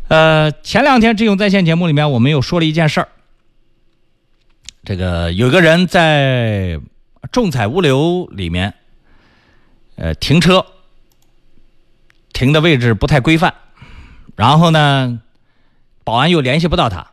前2天智勇在线节目里面，我们又说了一件事儿。这个有个人在众彩物流里面，停车，停的位置不太规范，然后呢，保安又联系不到他。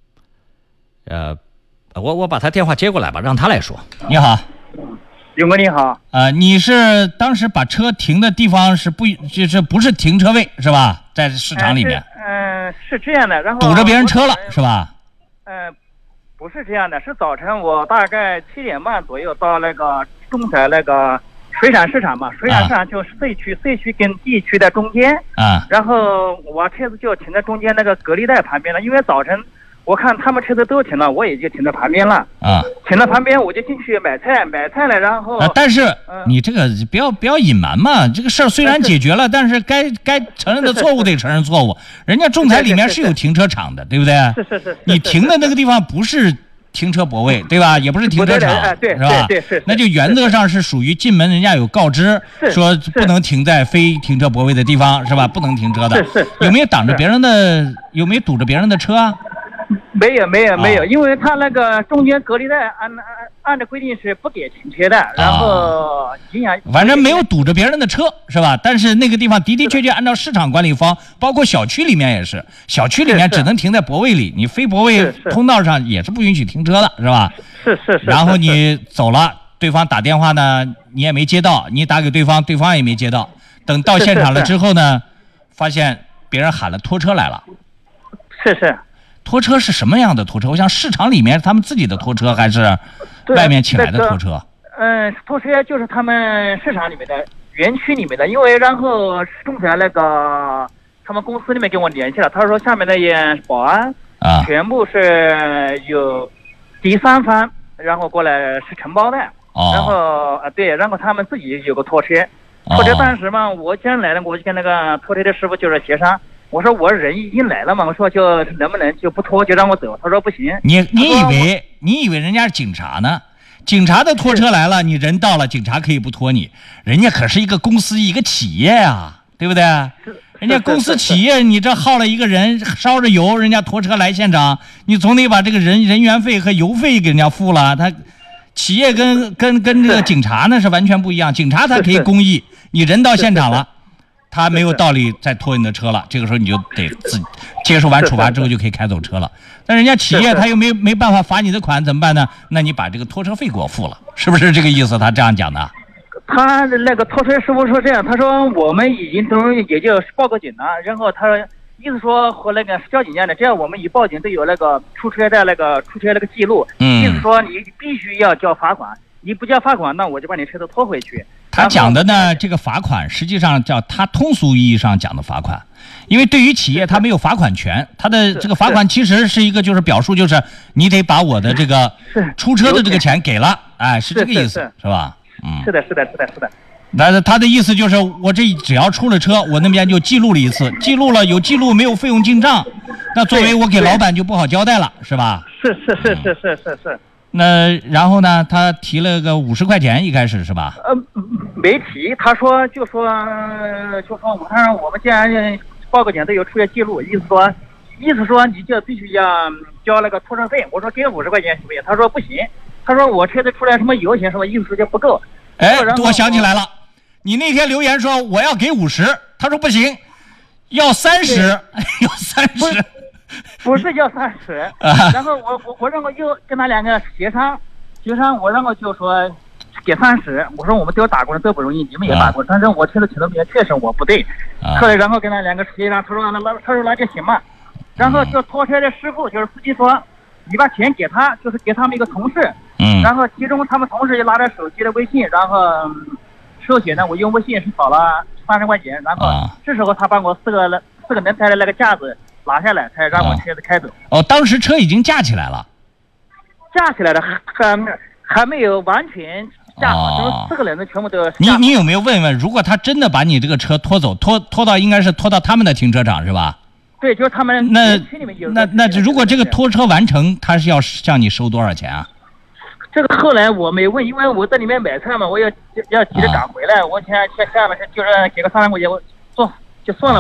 我把他电话接过来吧，让他来说。你好， 勇哥你好。 你是当时把车停的地方就是不是停车位是吧？在市场里面。 是这样的，然后堵着别人车了是吧？ 不是这样的，是早晨我大概7点半左右到那个中彩那个水产市场嘛，水产市场就是 C 区跟 D 区的中间。然后我车子就停在中间那个隔离带旁边了，因为早晨我看他们车子都停了，我也就停在旁边了。停在旁边我就进去买菜了，然后但是你这个不要隐瞒嘛，这个事儿虽然解决了，但是该承认的错误得承认错误。人家仲裁里面是有停车场的，对不对？ 是。 你停的那个地方不是停车泊位，对吧？也不是停车场， 是吧？ 对， 那就原则上是属于进门人家有告知，说不能停在非停车泊位的地方，是吧？不能停车的。有没有挡着别人的？有没有堵着别人的车啊？ 没有，因为他那个中间隔离带按照规定是不给停车的，然后影响反正没有堵着别人的车是吧？但是那个地方的确按照市场管理方，包括小区里面也是，小区里面只能停在泊位里，你非泊位通道上也是不允许停车的，是吧？ 是。 然后你走了，对方打电话呢，你也没接到，你打给对方，对方也没接到。等到现场了之后呢，发现别人喊了拖车来了。 是。 拖车是什么样的拖车？我想市场里面他们自己的拖车还是外面请来的拖车？ 拖车就是他们市场里面的园区里面的，因为然后仲裁那个他们公司里面跟我联系了，他说下面的保安全部是有第三方，然后过来是承包的，然后然后他们自己有个拖车，当时嘛，我先来了，我就跟那个拖车的师傅就是协商。我说我人已经来了嘛，我说就能不能就不拖就让我走，他说不行。 你以为人家是警察呢？警察的拖车来了，你人到了，警察可以不拖你，人家可是一个公司一个企业啊，对不对？人家公司企业，你这耗了一个人烧着油，人家拖车来现场，你总得把这个人员费和油费给人家付了。他企业跟这个警察呢是完全不一样，警察他可以公益，你人到现场了。他没有道理再拖你的车了，这个时候你就得自己接受完处罚之后就可以开走车了。但人家企业他又没办法罚你的款，怎么办呢？那你把这个拖车费给我付了，是不是这个意思？他这样讲的。 他那个拖车师傅说这样，他说我们已经都也就报过警了，然后他意思说和那个交警一样的，这样我们一报警都有那个出车那个记录，意思说你必须要交罚款，你不交罚款，那我就把你车子拖回去。 他讲的呢，这个罚款实际上叫他通俗意义上讲的罚款，因为对于企业他没有罚款权，他的这个罚款其实是一个就是表述，就是你得把我的这个出车的这个钱给了，是这个意思，是吧？ 是的。 那他的意思就是我这只要出了车，我那边就记录了一次，记录了有记录没有费用进账，那作为我给老板就不好交代了，是吧？是。那然后呢？他提了个50块钱，一开始是吧？ 没提，他说就说我看我们既然报个警都有出现记录，意思说你就必须要交那个拖车费。我说给50块钱行不行？他说不行，他说我车子出来什么油钱什么，意思就不够。 我想起来了，你那天留言说我要给50，他说不行，要30，要30。 不是要30，然后我让我又跟他两个协商，我让我就说给30，我说我们都打工人都不容易，你们也打工，但是我车子停的边确实我不对，后来然后跟他两个协商，他说那就行吧，然后就拖车的师傅就是司机说，你把钱给他，就是给他们一个同事，然后其中他们同事就拿着手机的微信，然后手写呢，我用微信是扫了30块钱，然后这时候他把我四个轮胎的那个架子拿下来，才让我车子开走。 当时车已经架起来了， 还没有完全架好，就是4个轮子全部都。 你有没有问，如果他真的把你这个车拖走，拖到应该是拖到他们的停车场是吧？ 对，就是他们区里面有。 那如果这个拖车完成，他是要向你收多少钱啊？ 这个后来我没问，因为我在里面买菜嘛，我要急着赶回来，我想下面就是给个300块钱，我就算了嘛。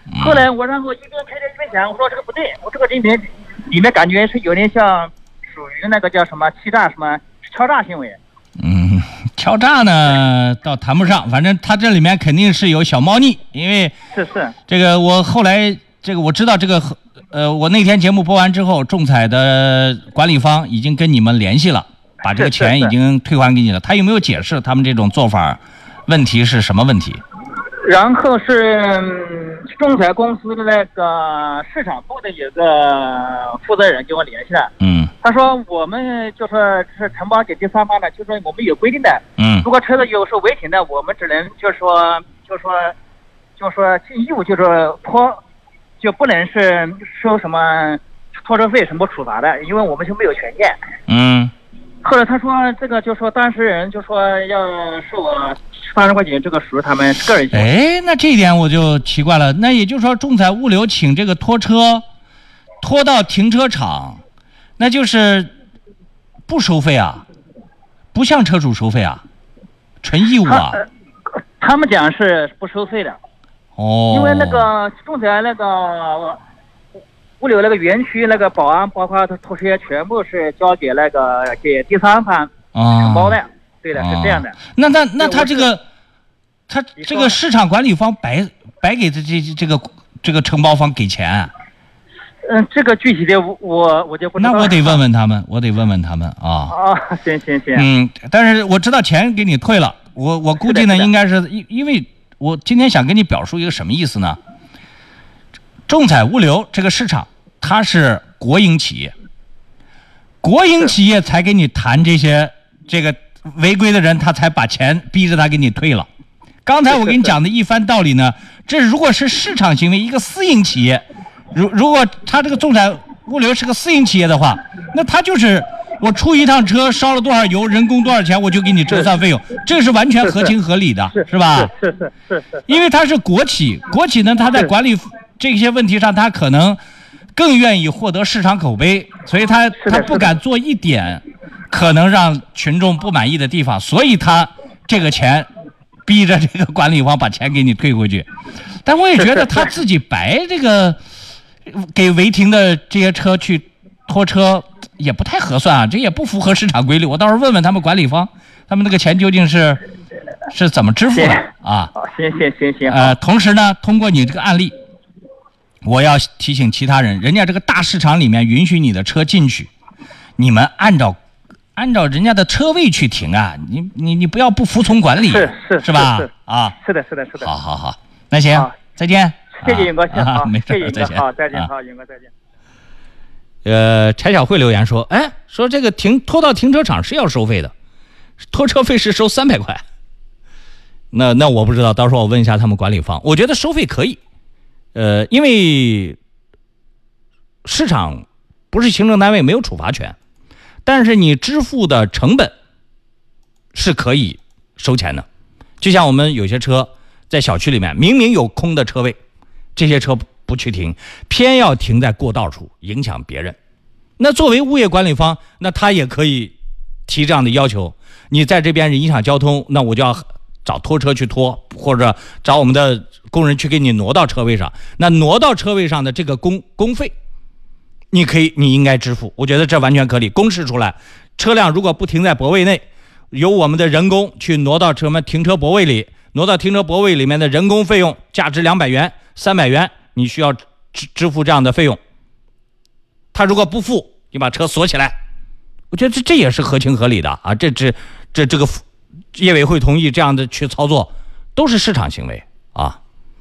后来我然后一边开着一边想，我说这个不对，我这个里面感觉是有点像属于那个叫什么欺诈什么敲诈行为。 敲诈呢倒谈不上，反正他这里面肯定是有小猫腻，因为是这个我后来这个我知道这个我那天节目播完之后，仲裁的管理方已经跟你们联系了，把这个钱已经退还给你了。他有没有解释他们这种做法问题是什么问题？ 然后是仲裁公司的那个市场部的有个负责人跟我联系了，他说我们就说是承包给第三方的，就说我们有规定的，如果车子有是违停的，我们只能就说尽义务就是就不能是收什么拖车费什么处罚的，因为我们就没有权限。后来他说这个就说当事人就说要收我30块钱，这个属于他们个人行为。 那这一点我就奇怪了，那也就是说仲裁物流请这个拖车拖到停车场，那就是不收费啊，不向车主收费啊，纯义务啊。 他们讲是不收费的。因为那个仲裁那个物流那个园区那个保安包括拖车全部是交给给第三方承包的。对的，是这样的。 那他这个市场管理方白给这个承包方给钱？ 这个具体的我就不知道。 那我得问问他们啊。 行。 但是我知道钱给你退了，我估计呢应该是因为我今天想跟你表述一个什么意思呢？仲裁物流这个市场它是国营企业，国营企业才给你谈这个违规的人，他才把钱逼着他给你退了。刚才我跟你讲的一番道理呢，这如果是市场行为，一个私营企业，如果他这个仲裁物流是个私营企业的话，那他就是我出一趟车烧了多少油，人工多少钱，我就给你折算费用，这是完全合情合理的，是吧？ 是。 因为他是国企呢，他在管理这些问题上，他可能更愿意获得市场口碑，所以他不敢做一点可能让群众不满意的地方，所以他这个钱逼着这个管理方把钱给你退回去。但我也觉得他自己白这个给违停的这些车去拖车也不太合算啊，这也不符合市场规律。我到时候问问他们管理方，他们那个钱究竟是怎么支付的啊？ 行。 同时呢，通过你这个案例，我要提醒其他人，人家这个大市场里面允许你的车进去，你们按照人家的车位去停啊，你不要不服从管理，是吧？ 是的。 好，那行，再见。 谢谢尹哥， 没事， 再见。好，再见，好，尹哥再见。 柴小慧留言说，说这个拖到停车场是要收费的，拖车费是收300块。那我不知道，到时候我问一下他们管理方。我觉得收费可以，因为市场不是行政单位，没有处罚权，但是你支付的成本是可以收钱的。就像我们有些车在小区里面明明有空的车位，这些车不去停，偏要停在过道处，影响别人。那作为物业管理方，那他也可以提这样的要求，你在这边影响交通，那我就要找拖车去拖，或者找我们的工人去给你挪到车位上。那挪到车位上的这个工费，你应该支付。我觉得这完全可以公示出来，车辆如果不停在泊位内，由我们的人工去挪到什么停车泊位里，挪到停车泊位里面的人工费用价值200元、300元，你需要支付这样的费用。他如果不付，你把车锁起来，我觉得这也是合情合理的啊。这个业委会同意这样的去操作，都是市场行为啊。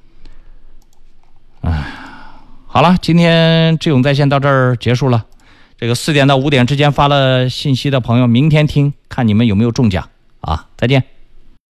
好了，今天智勇在线到这儿结束了。这个4点到5点之间发了信息的朋友，明天听看你们有没有中奖啊！再见。